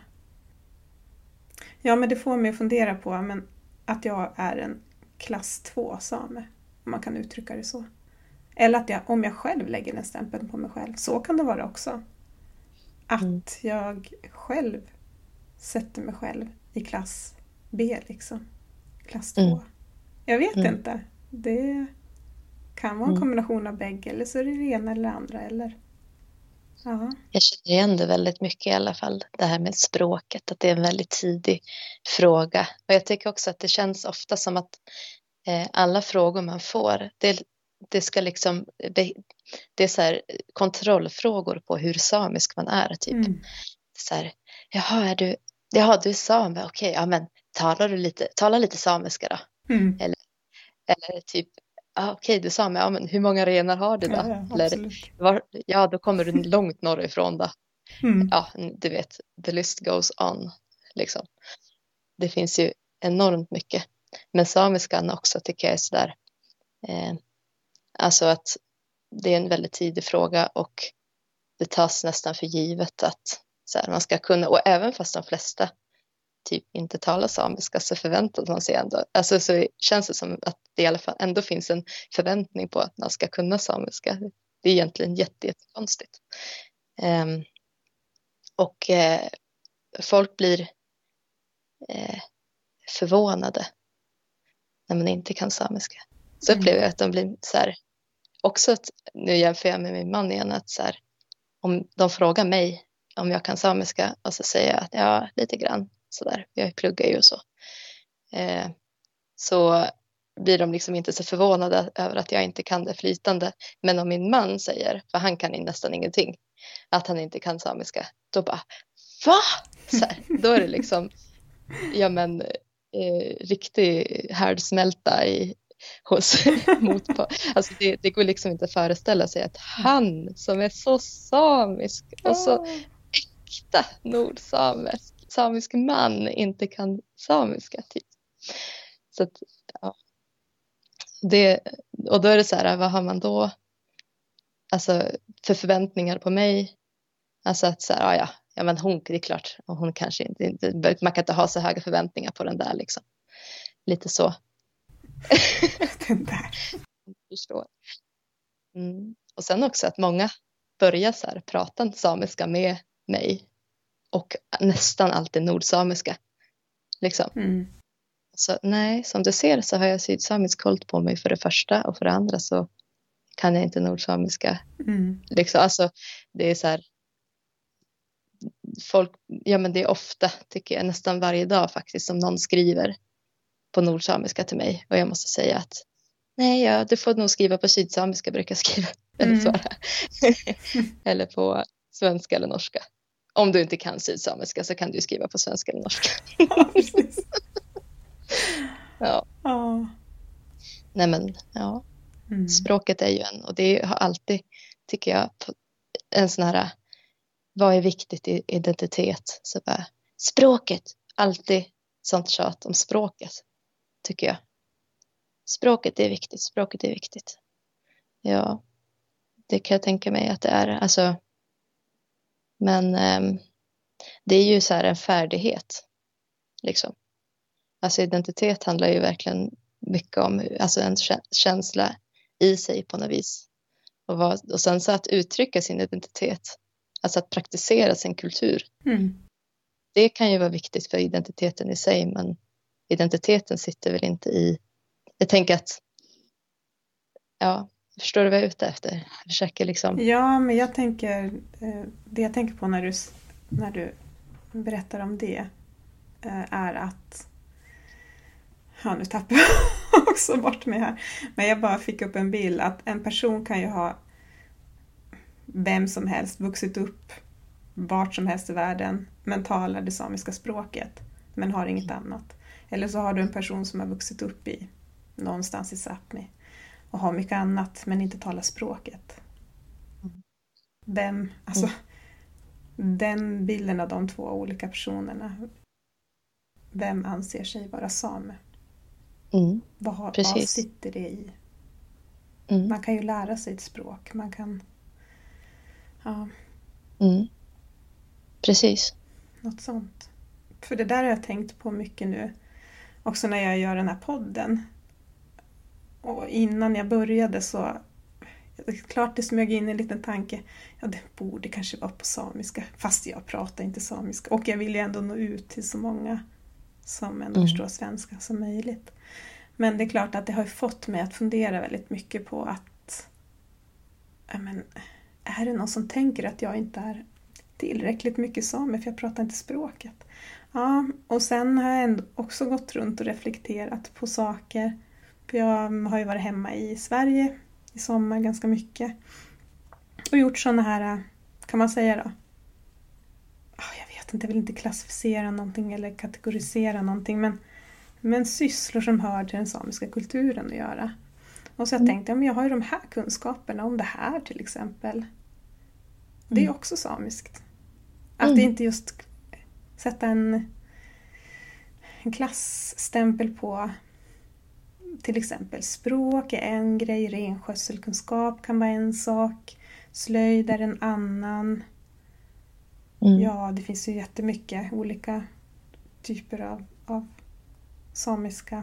ja men det får mig att fundera på men att jag är en klass två same, om man kan uttrycka det så. Eller att jag, om jag själv lägger den stämpeln på mig själv. Så kan det vara också. Att mm. jag själv sätter mig själv i klass B liksom. Klass två. Mm. Jag vet mm. inte. Det kan vara en kombination av bägge. Eller så är det det ena eller det andra. Eller... Ja. Jag känner igen det väldigt mycket i alla fall. Det här med språket. Att det är en väldigt tidig fråga. Och jag tycker också att det känns ofta som att eh, alla frågor man får. Det, det ska liksom. Det är så här kontrollfrågor på hur samisk man är. Typ. Mm. Så här. Jaha, är du. Jaha, du är same. Okej, ja men talar du lite. Tala lite samiska då. Mm. Eller, eller typ. Ah, okej, du sa mig, ja, men hur många renar har du då? Ja, ja, Eller, var, ja, då kommer du långt norrifrån då. Mm. Ja, du vet, the list goes on. Liksom. Det finns ju enormt mycket. Men samiskan också tycker jag är sådär. Eh, alltså att det är en väldigt tidig fråga och det tas nästan för givet att så här, man ska kunna, och även fast de flesta typ inte talar samiska så förväntar man sig ändå, alltså så känns det som att det i alla fall ändå finns en förväntning på att man ska kunna samiska. Det är egentligen jätte, jättekonstigt. Um, och eh, folk blir eh, förvånade när man inte kan samiska. Så Mm. upplever jag att de blir så här, också att, nu jämför jag med min man igen, att så här, om de frågar mig om jag kan samiska och så säger jag att ja, lite grann sådär, jag pluggar ju och så. Eh, så blir de liksom inte så förvånade över att jag inte kan det flytande. Men om min man säger, för han kan nästan ingenting, att han inte kan samiska, då bara, va? Så här, då är det liksom, ja men, eh, riktig härdsmälta i, hos, mot på. Alltså det, det går liksom inte att föreställa sig att han som är så samisk och så äkta nordsamisk, samisk man inte kan samiska typ. Så att, ja. Det, och då är det så här, vad har man då alltså för förväntningar på mig? Alltså att så här, ja, ja, ja men hon, det är klart, och hon kanske inte, inte, man kan inte ha så höga förväntningar på den där liksom. Lite så. Den där. Förstår. Mm. Och sen också att många börjar så här prata samiska med mig och nästan alltid nordsamiska liksom. Mm. Så nej, som du ser så har jag sydsamisk koll på mig för det första och för det andra så kan jag inte nordsamiska. Mm. Liksom, alltså det är så här folk, ja men det är ofta tycker jag nästan varje dag faktiskt som någon skriver på nordsamiska till mig och jag måste säga att nej, ja, du får nog skriva på sydsamiska brukar jag skriva eller Mm. svara. Eller på svenska eller norska. Om du inte kan sydsamiska så kan du skriva på svenska eller norska. Ja, precis. Ja. Ja. Nej men, ja. Mm. Språket är ju en, och det har alltid, tycker jag, en sån här, vad är viktigt i identitet? Så bara, språket, alltid sånt tjat om språket, tycker jag. Språket är viktigt, språket är viktigt. Ja, det kan jag tänka mig att det är, alltså, men um, det är ju så här en färdighet, liksom. Alltså identitet handlar ju verkligen mycket om, alltså en känsla i sig på något vis. Och, vad, och sen så att uttrycka sin identitet, alltså att praktisera sin kultur. Mm. Det kan ju vara viktigt för identiteten i sig, men identiteten sitter väl inte i, jag tänker att, ja, förstår du vad jag är ute efter? Jag försöker liksom. Ja, men jag tänker, eh, det jag tänker på när du, när du berättar om det eh, är att, ja nu tappar jag också bort mig här, men jag bara fick upp en bild att en person kan ju ha vem som helst vuxit upp vart som helst i världen men talar det samiska språket men har inget annat. Eller så har du en person som har vuxit upp i någonstans i Sápmi och har mycket annat men inte talar språket. Vem, alltså mm. den bilden av de två olika personerna, vem anser sig vara same? Mm. Vad, vad sitter det i? Mm. Man kan ju lära sig ett språk, man kan ja. Mm. Precis. Något sånt. För det där har jag tänkt på mycket nu. Också när jag gör den här podden. Och innan jag började så klart det smög in en liten tanke. Ja, det borde kanske vara på samiska. Fast jag pratar inte samiska. Och jag vill ju ändå nå ut till så många som ändå mm. förstår svenska som möjligt. Men det är klart att det har fått mig att fundera väldigt mycket på att ja, men, är det någon som tänker att jag inte är tillräckligt mycket same för jag pratar inte språket? Ja, och sen har jag ändå också gått runt och reflekterat på saker. För jag har ju varit hemma i Sverige i sommar ganska mycket. Och gjort sådana här, kan man säga då? Jag vet inte, jag vill inte klassificera någonting eller kategorisera någonting. Men, men sysslor som hör till den samiska kulturen att göra. Och så jag tänkte, ja, men jag har ju de här kunskaperna om det här till exempel. Det är också samiskt. Att Mm. det inte just sätta en, en klassstämpel på till exempel språk är en grej, renskötselkunskap kan vara en sak, slöjd är en annan. Mm. Ja, det finns ju jättemycket olika typer av, av samiska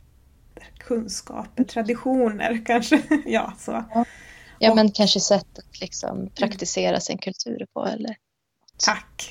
kunskaper, traditioner kanske. Ja, så. Ja, ja Och- men kanske sätt att liksom praktisera sin kultur på, eller? Tack!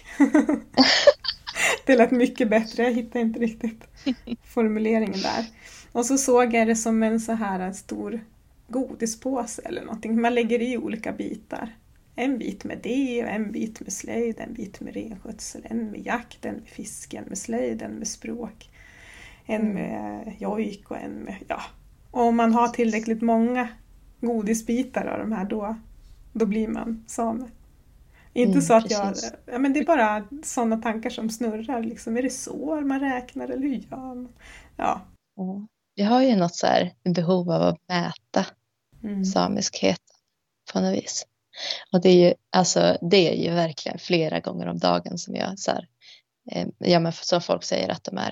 Det lät mycket bättre, jag hittade inte riktigt formuleringen där. Och så såg jag det som en så här stor godispåse eller någonting. Man lägger i olika bitar. En bit med det, och en bit med slöjd, en bit med renskötsel, en med jakt, en med fisken, med slöjd, en med språk. En med jojk och en med, ja. Och om man har tillräckligt många godisbitar av de här, då, då blir man same. Inte Mm, så att jag, precis. ja, men det är bara sådana tankar som snurrar. Liksom, är det så man räknar eller hur gör man? Ja. Ja. Vi har ju något så här behov av att mäta Mm. samiskhet på något vis. Och det är ju, alltså, det är ju verkligen flera gånger om dagen som jag så här, eh, ja, men som folk säger att de är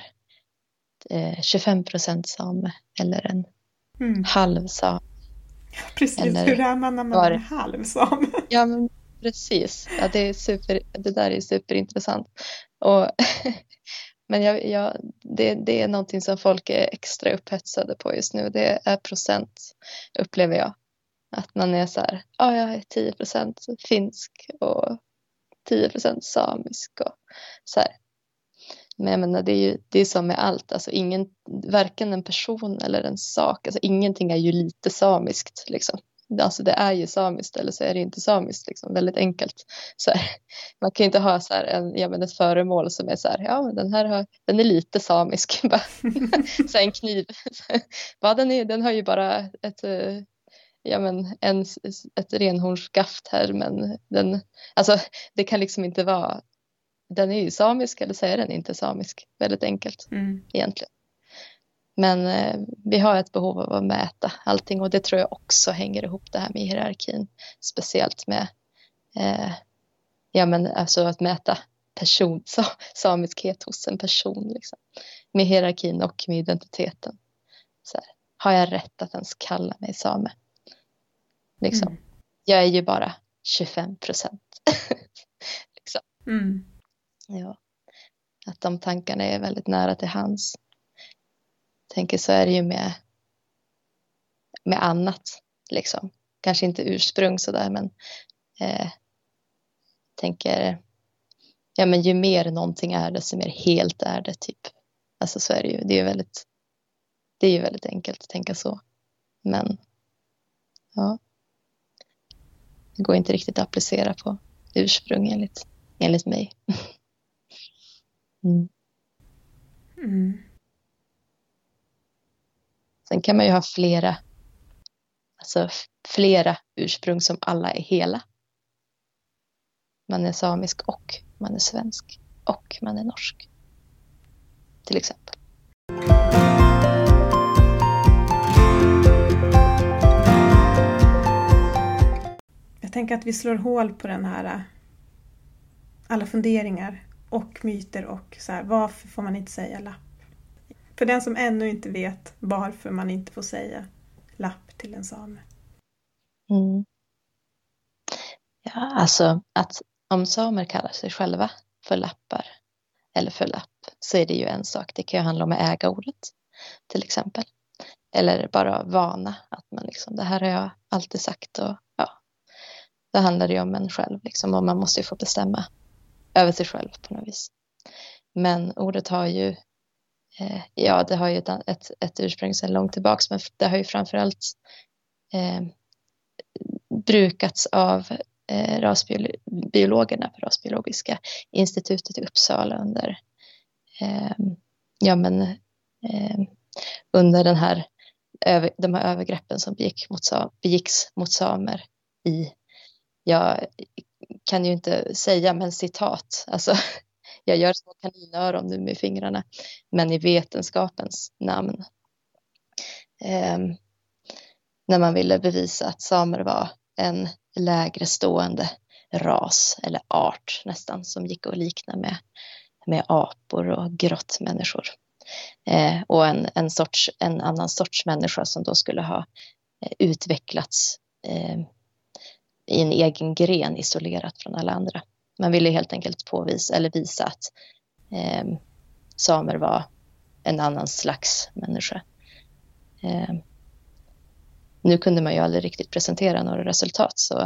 eh, tjugofem procent same eller en Mm. halv same. Precis, Eller hur är man när man var- är halvsam? Ja, men precis. Ja, det, är super, det där är superintressant. Och, men jag, jag, det, det är någonting som folk är extra upphetsade på just nu. Det är procent, upplever jag. Att man är så här, ja, jag är tio procent finsk och tio procent samisk och så här. Men jag menar, det är ju det är som med allt. Alltså ingen, varken en person eller en sak. Alltså ingenting är ju lite samiskt liksom. Alltså det är ju samiskt eller så är det inte samiskt liksom. Väldigt enkelt. Så här, man kan ju inte ha så här en, ja, men ett föremål som är så här, ja men den här har, den är lite samisk. Bara, så här en kniv. Bara, den, är, den har ju bara ett, eh, ja men en, ett renhornsskaft här, men den, alltså det kan liksom inte vara, den är ju samisk eller så är den inte samisk. Väldigt enkelt Mm. egentligen. Men eh, vi har ett behov av att mäta allting, och det tror jag också hänger ihop det här med hierarkin. Speciellt med eh, ja, men alltså att mäta person, sa, samiskhet hos en person. Liksom. Med hierarkin och med identiteten. Så här, har jag rätt att ens kalla mig same? Liksom. Mm. Jag är ju bara tjugofem procent. liksom. Mm. Ja. Att de tankarna är väldigt nära till hands. Jag tänker så är det ju med, med annat. Liksom. Kanske inte ursprung sådär, men eh, tänker, ja men ju mer någonting är det, så mer helt är det typ. Alltså så är det ju. Det är ju väldigt, det är ju väldigt enkelt att tänka så. Men ja. Det går inte riktigt att applicera på ursprung enligt, enligt mig. mm. Mm. Sen kan man ju ha flera, alltså flera ursprung som alla är hela. Man är samisk och man är svensk och man är norsk. Till exempel. Jag tänker att vi slår hål på den här alla funderingar och myter och så här, varför får man inte säga lapp? För den som ännu inte vet varför man inte får säga lapp till en same. Mm. Ja, alltså att om samer kallar sig själva för lappar eller för lapp, så är det ju en sak. Det kan ju handla om att äga ordet till exempel. Eller bara vana, att man liksom, det här har jag alltid sagt, och ja, det handlar ju om en själv liksom, och man måste ju få bestämma över sig själv på något vis. Men ordet har ju eh, ja, det har ju ett, ett, ett ursprung sedan långt tillbaka, men det har ju framförallt eh, brukats av eh, rasbiologerna på Rasbiologiska institutet i Uppsala under, eh, ja, men, eh, under den här, över, de här övergreppen som begick mot, begicks mot samer i, jag kan ju inte säga, men citat, alltså jag gör små kaninöron nu med fingrarna, men i vetenskapens namn. Eh, när man ville bevisa att samer var en lägre stående ras eller art nästan, som gick att likna med, med apor och grottmänniskor. Eh, och en, en, sorts, en annan sorts människa som då skulle ha eh, utvecklats eh, i en egen gren isolerat från alla andra. Man ville helt enkelt påvisa eller visa att eh, samer var en annan slags människa. Eh, nu kunde man ju aldrig riktigt presentera några resultat, så,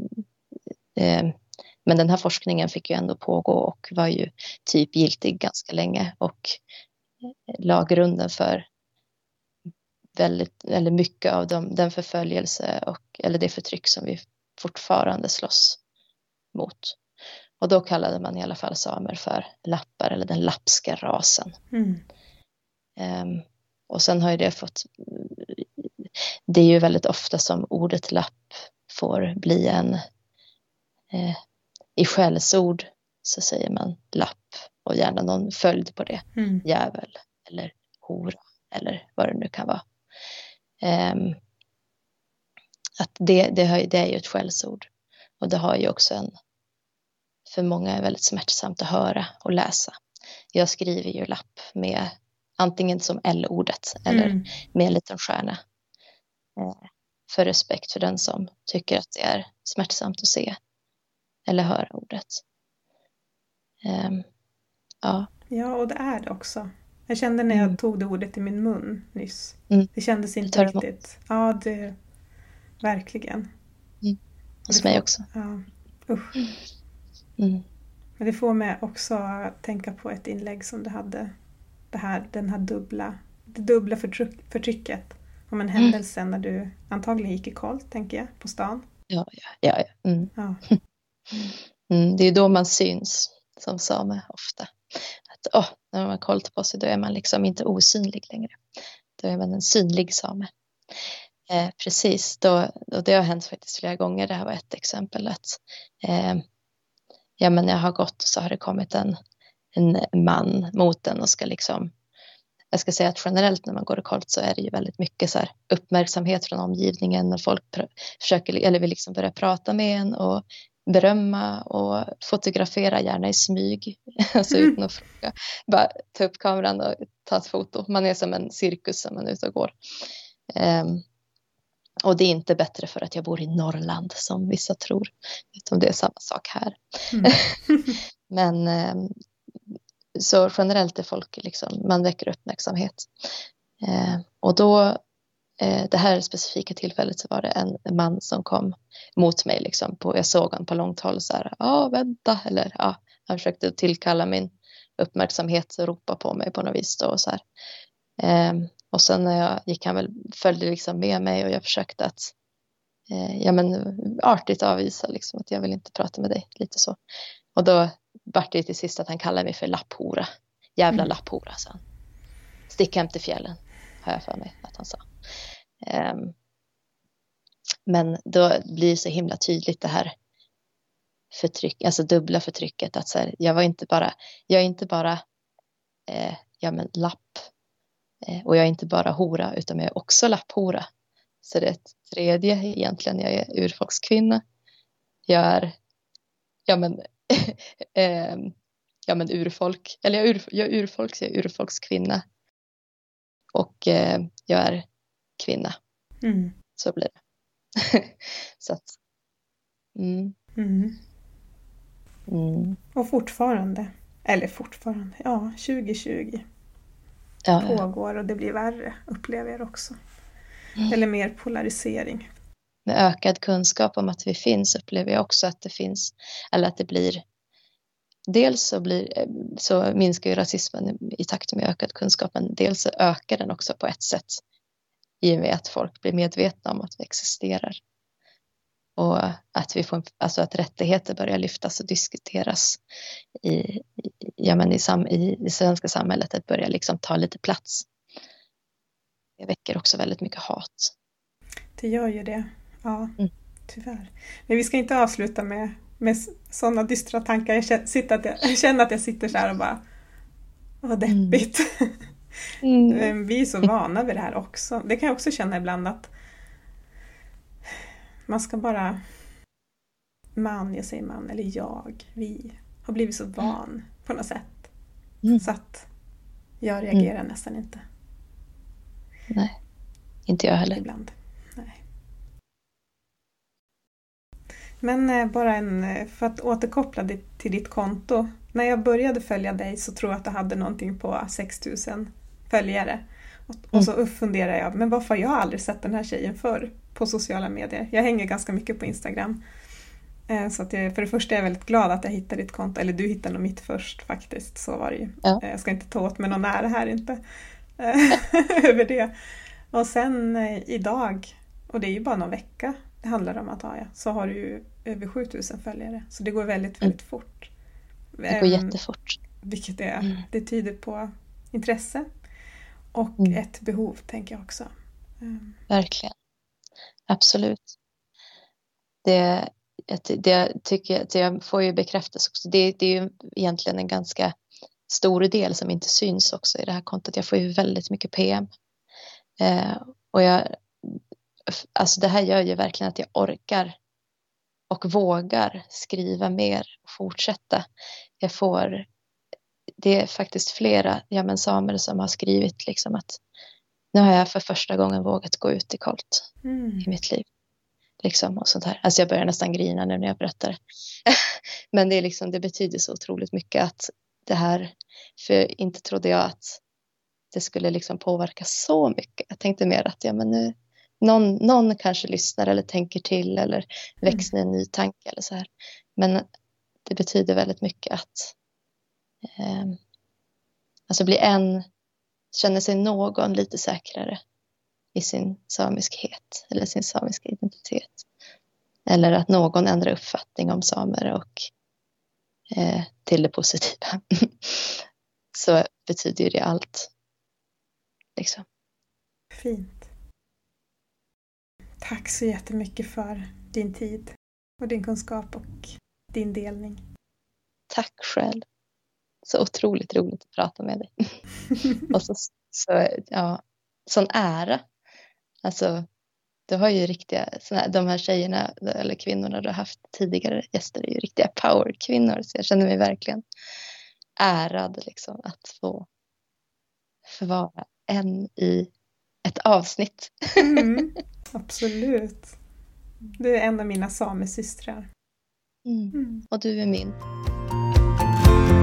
eh, men den här forskningen fick ju ändå pågå och var ju typ giltig ganska länge och la grunden för väldigt, eller mycket av dem, den förföljelse och, eller det förtryck som vi fortfarande slåss mot. Och då kallade man i alla fall samer för lappar eller den lappska rasen. Mm. Um, och sen har ju det fått, det är ju väldigt ofta som ordet lapp får bli en, eh, i skällsord så säger man lapp och gärna någon följd på det, mm. jävel eller hora eller vad det nu kan vara. Um, att det, det, har, det är ju ett skällsord och det har ju också en, för många är väldigt smärtsamt att höra och läsa. Jag skriver ju lapp med antingen som L-ordet eller mm. med en liten stjärna. För respekt för den som tycker att det är smärtsamt att se eller höra ordet. Um, ja. Ja, och det är det också. Jag kände när jag mm. tog det ordet i min mun nyss. Mm. Det kändes inte det riktigt. Ja, det verkligen. Mm. Hos mig också. Ja, usch. Mm. Men det får mig också tänka på ett inlägg som du hade. Det här, den här dubbla, det dubbla förtryck, förtrycket. Om en händelse mm. när du antagligen gick i koll, tänker jag, på stan. Ja, ja, ja. ja. Mm. ja. Mm, det är då man syns som same ofta. Att, oh, när man har koll på sig, då är man liksom inte osynlig längre. Då är man en synlig same. Eh, precis, då, och det har hänt faktiskt flera gånger. Det här var ett exempel. Att, eh, ja, men jag har gått och så har det kommit en, en man mot en och ska liksom, jag ska säga att generellt när man går i kolt så är det ju väldigt mycket så här uppmärksamhet från omgivningen och folk pr- försöker eller vill liksom börja prata med en och berömma och fotografera gärna i smyg, alltså utan att fråga. Bara ta upp kameran och ta ett foto. Man är som en cirkus som man är ute och går. Um, och det är inte bättre för att jag bor i Norrland som vissa tror, utan det är samma sak här. Mm. Men um, så generellt är folk liksom, man väcker uppmärksamhet. Uh, och då det här specifika tillfället så var det en man som kom mot mig liksom på, jag såg han på långt håll så här, ja vänta, eller ja, han försökte tillkalla min uppmärksamhet och ropa på mig på något vis då, och så här. Ehm, och sen när jag gick, han väl följde liksom med mig och jag försökte att eh, ja men artigt avvisa liksom att jag vill inte prata med dig, lite så. Och då vart det till sist att han kallade mig för lapphora, jävla mm. lapphora, så han. Stick hem till fjällen, har jag för mig att han sa. Um, men då blir det så himla tydligt det här förtryck, alltså dubbla förtrycket, att så här, jag var inte bara jag är inte bara eh, ja men lapp eh, och jag är inte bara hora, utan jag är också lapphora, så det är ett tredje egentligen. Jag är urfolkskvinna, jag är ja men eh, ja men urfolk, eller jag är, ur, jag är urfolk, så jag är urfolkskvinna och eh, jag är kvinna. Mm. Så blir det. Så att, mm. Mm. Mm. Och fortfarande, eller fortfarande, ja, tjugo tjugo ja, pågår och det blir värre, upplever jag också. Mm. Eller mer polarisering. Med ökad kunskap om att vi finns upplever jag också att det finns, eller att det blir, dels så, blir, så minskar ju rasismen i takt med ökad kunskap, men dels så ökar den också på ett sätt i och med att folk blir medvetna om att vi existerar. Och att vi får, alltså att rättigheter börjar lyftas och diskuteras i, i, ja, men i, sam, i det svenska samhället, att börja liksom ta lite plats. Det väcker också väldigt mycket hat. Det gör ju det, ja, mm. tyvärr. Men vi ska inte avsluta med, med sådana dystra tankar. Jag känner, sitter att jag, jag känner att jag sitter så här och bara, vad deppigt. Mm. Mm. Vi är så vana vid det här också. Det kan jag också känna ibland, att man ska bara, man, jag säger man, eller jag, vi har blivit så van på något sätt. Mm. Så att jag reagerar mm. nästan inte. Nej, inte jag heller. Ibland, nej. Men eh, bara en, för att återkoppla det till ditt konto. När jag började följa dig så tror jag att du hade någonting på sex tusen följare. Och, och mm. så funderar jag, men varför har jag aldrig sett den här tjejen förr på sociala medier? Jag hänger ganska mycket på Instagram. Eh, så att jag, för det första är jag väldigt glad att jag hittade ditt konto. Eller du hittade nog mitt först faktiskt, så var det ju. Ja. Eh, jag ska inte ta åt mig någon ära här inte. över det. Och sen eh, idag, och det är ju bara någon vecka det handlar om att ha, ja, så har du ju över sju tusen följare. Så det går väldigt, väldigt mm. fort. Det går jättefort. Vilket är, mm. det tyder på intresse och mm. ett behov, tänker jag också. Um. Verkligen. Absolut. Det, det tycker jag, det får ju bekräftas också. Det, det är ju egentligen en ganska stor del som inte syns också i det här kontot. Jag får ju väldigt mycket P M. Eh, och jag, alltså det här gör ju verkligen att jag orkar och vågar skriva mer och fortsätta. Jag får, det är faktiskt flera ja, men samer som har skrivit liksom att nu har jag för första gången vågat gå ut i kolt mm. i mitt liv. Liksom och sånt här. Alltså jag börjar nästan grina nu när jag berättar det. Men det är liksom, det betyder så otroligt mycket att det här, för inte trodde jag att det skulle liksom påverka så mycket. Jag tänkte mer att ja, men nu, någon, någon kanske lyssnar eller tänker till eller växer en ny tanke eller så här. Men det betyder väldigt mycket att eh, alltså bli en, känner sig någon lite säkrare i sin samiskhet eller sin samiska identitet. Eller att någon ändrar uppfattning om samer och eh, till det positiva. Så betyder ju det allt. Liksom. Fint. Tack så jättemycket för din tid och din kunskap och din delning. Tack själv. Så otroligt roligt att prata med dig. Och så, så ja, sån ära. Alltså, du har ju riktiga, såna, de här tjejerna eller kvinnorna du har haft tidigare gäster är ju riktiga powerkvinnor. Så jag känner mig verkligen ärad liksom, att få, få vara en i ett avsnitt. Mm, absolut. Du är en av mina samesystrar. Mm. Mm. Och du är min.